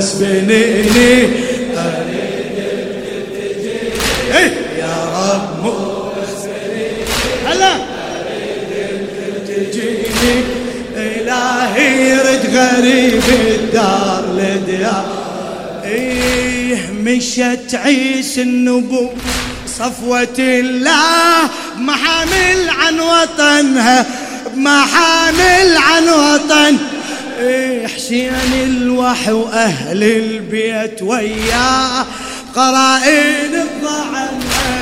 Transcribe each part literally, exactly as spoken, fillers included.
بس بنيني اريد تجيني يا رب مو بس بنيني هلا اريد تجيني الهي يرد غريب الدار لديار ايه مشت عيش النبو صفوة الله محامل عن وطنها محامل عن وطن إيه حسين الوحي وأهل البيت وياه قرائن الضعن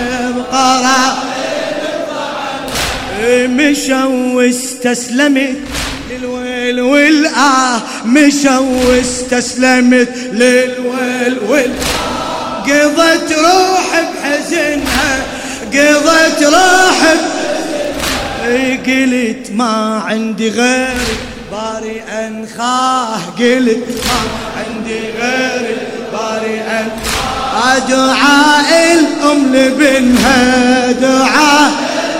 قرائن الضعن إيه مشوا واستسلمت للويل والآه مشوا واستسلمت للويل والآه قضت روح بحزنها قضت روح بحزنها قلت ما عندي غير باري أنخاه قلت ما عندي غير باري أنخاه دعاء الأم لبنها دعاء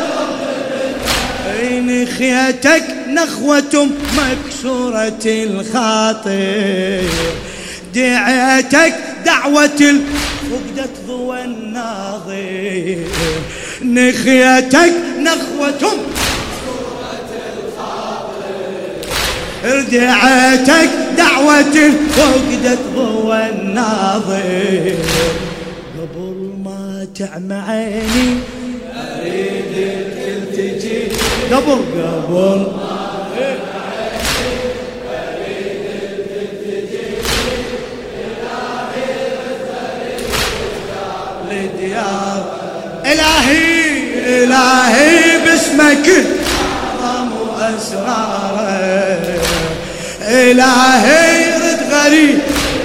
نخيتك نخوة مكسورة الخاطر دعيتك دعوة فقدت ضوى الناظر نخيتك نخوة مكسورة الخاطر دعيتك دعوة فقدت ضوى الناظر قبل ما تعمى عيني أريد تجي قبل قبل لديار إلهي إلهي باسمك أعظم أسراره إلهي رد غريب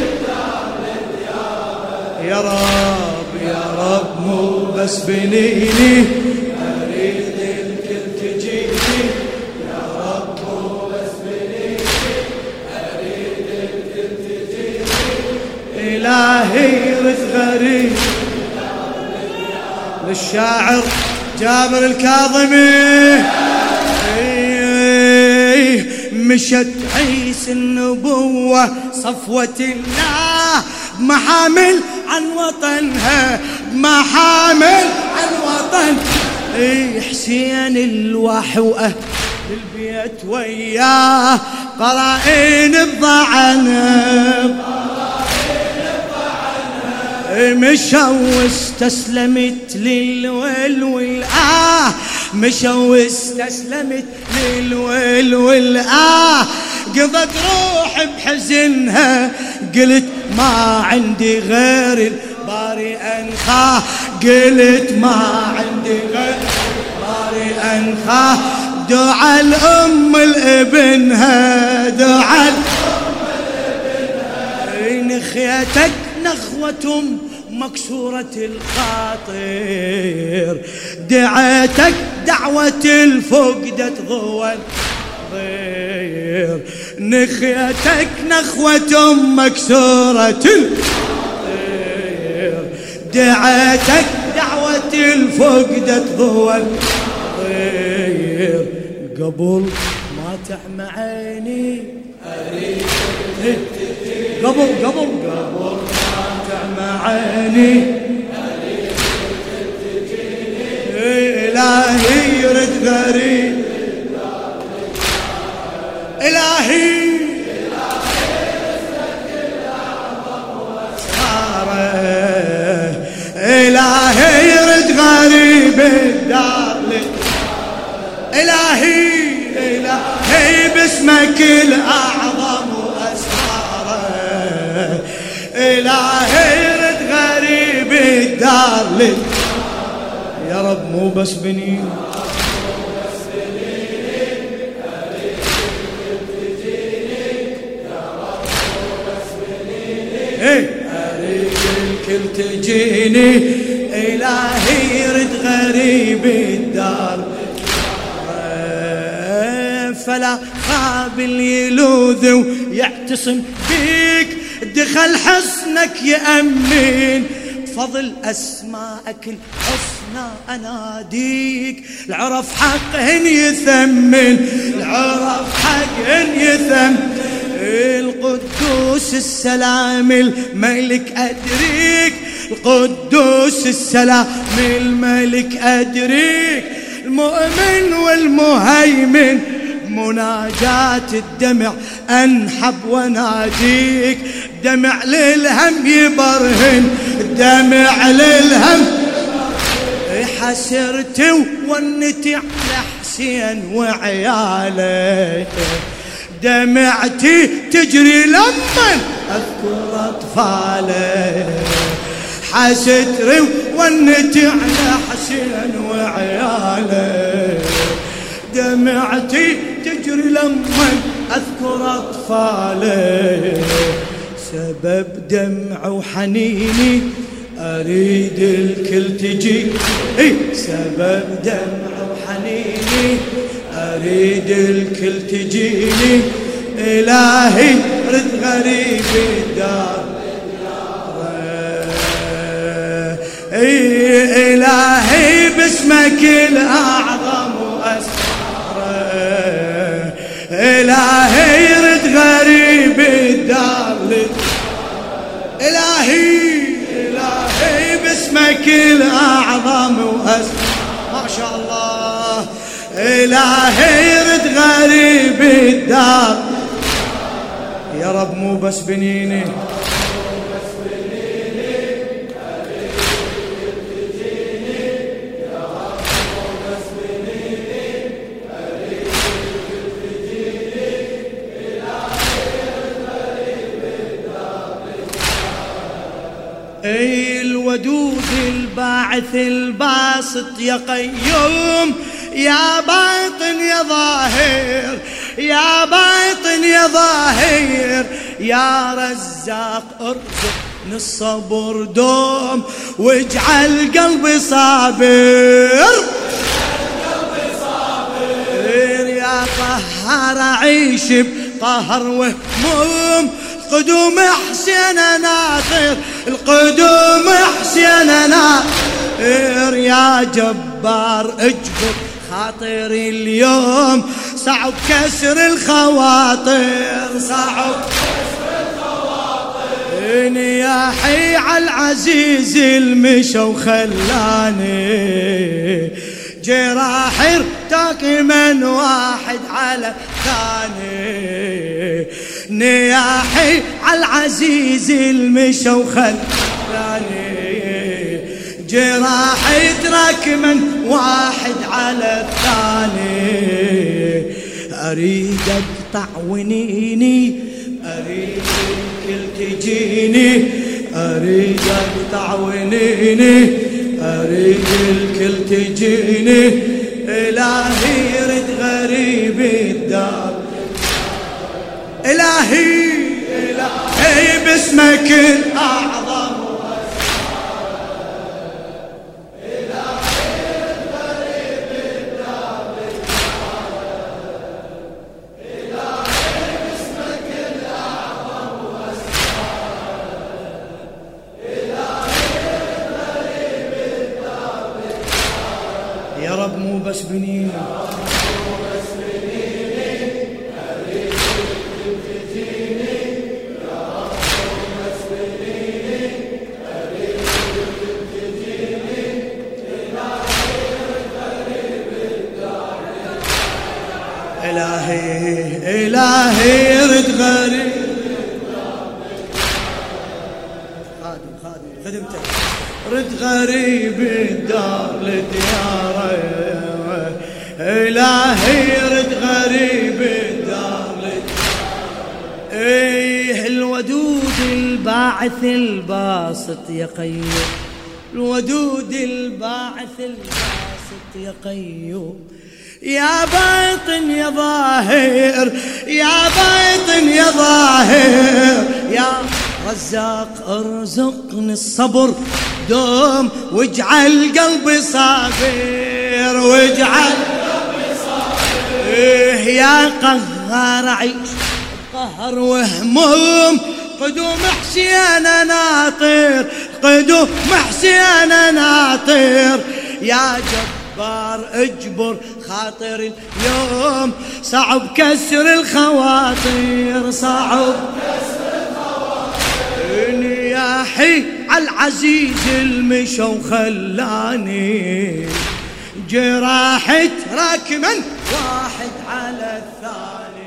يا رب يا رب مو بس بنيني أريد الكل تجيني يا رب مو بس بنيني أريد الكل تجيني إلهي رد غريب للشاعر جابر الكاظمي مشت عيس النبوة صفوة الله محامل عن وطنها محامل عن وطن حسين الوحي وأهل البيت وياه قرائن الضعن مشوا واستسلمت للويل والآه مشوا واستسلمت للويل والآه قضت روح بحزنها قلت ما عندي غير الباري أنخاه قلت ما عندي غير الباري أنخاه دعا الأم لابنها دعا الأم لابنها نخيتك نخوة مكسورة الخاطر دعيتك دعوة الفقدة ضوى الضير نخيتك نخوة مكسورة الخاطر دعيتك دعوة الفقدة ضوى الضير قبل ما تعمى عيني أريد قبل قبل قبل تعمى عيني إلهي يرد غريب إلهي إلهي يرد غريب الدار إلهي إلهي باسمك الأعظم وأسراره إلهي رد غريب الدار لي يا رب مو بس بني أريد الكل تجيني إلهي رد غريب الدار فلا خاب يلوذ ويعتصم بيك دخل حصنك يأمن فضل أسماءك الحسنى أناديك العرف حقهن يثمن العرف حقهن يثمن القدوس السلام الملك أدريك، القدوس السلام الملك أدريك، المؤمن والمهيمن مناجاة الدمع أنحب وناديك، دمع للهم يبرهن، دمع للهم حسرت ونتي على حسين وعياله، دمعتي تجري لما أذكر أطفاله، حسرت ونتي على حسين وعياله، دمعتي تجري لما أذكر أطفاله، سبب دمع وحنيني أريد الكل تجي، سبب دمع وحنيني أريد الكل تجيني، إلهي رد غريب الدار، إلهي باسمك الأعظم وأسرار، إلهي رد غريب الدار، إلهي إلهي باسمك الأعظم وأسرار، ما شاء الله، إلهي رد غريب الدار، يا رب مو بس بنيني، اي الودود الباعث الباسط يا قيوم، يا باطن يا ظاهر، يا باطن يا ظاهر، يا رزاق ارزقني الصبر دوم، واجعل قلبي صابر، يا قهار اعيش بقهر وهموم، القدوم حسين ناطر، القدوم حسين ناطر، يا جبار اجبر خاطري اليوم، صعب كسر الخواطر، صعب كسر الخواطر، نياحي على العزيز المشى وخلاني، جراح ارتاك من واحد على ثاني، نياحي على العزيز المشى وخلاني، جراحي ترك من واحد على الثاني، أريد أقطع ونيني، أريد الكل تجيني، أريد أقطع ونيني، أريد الكل تجيني، إلهي رد غريب الدار، إلهي إلهي باسمك الأعظم، إلهي رد غريب الدار، إلهي باسمك الأعظم وأسرار، إلهي رد غريب الدار، يا رب مو بس بنيني، إلهي إلهي رد غريب، خادم خادم خدمتك، رد غريب الدار لدياره، إلهي رد غريب الدار لدياره، إيه الودود الباعث الباسط يا قيوم، الودود الباعث الباسط يا قيوم، يا باطن يا ظاهر، يا باطن يا ظاهر، يا رزاق ارزقني الصبر دوم، واجعل قلبي صابر، واجعل قلبي صابر، يا قهار اعيش قهر وهموم، قدوم حسين ناطر، قدوم حسين ناطر، يا جب جبار اجبر خاطر اليوم، صعب كسر الخواطر، صعب كسر الخواطر، نياحي عالعزيز المشى وخلاني، جراح تراكما واحد على الثاني.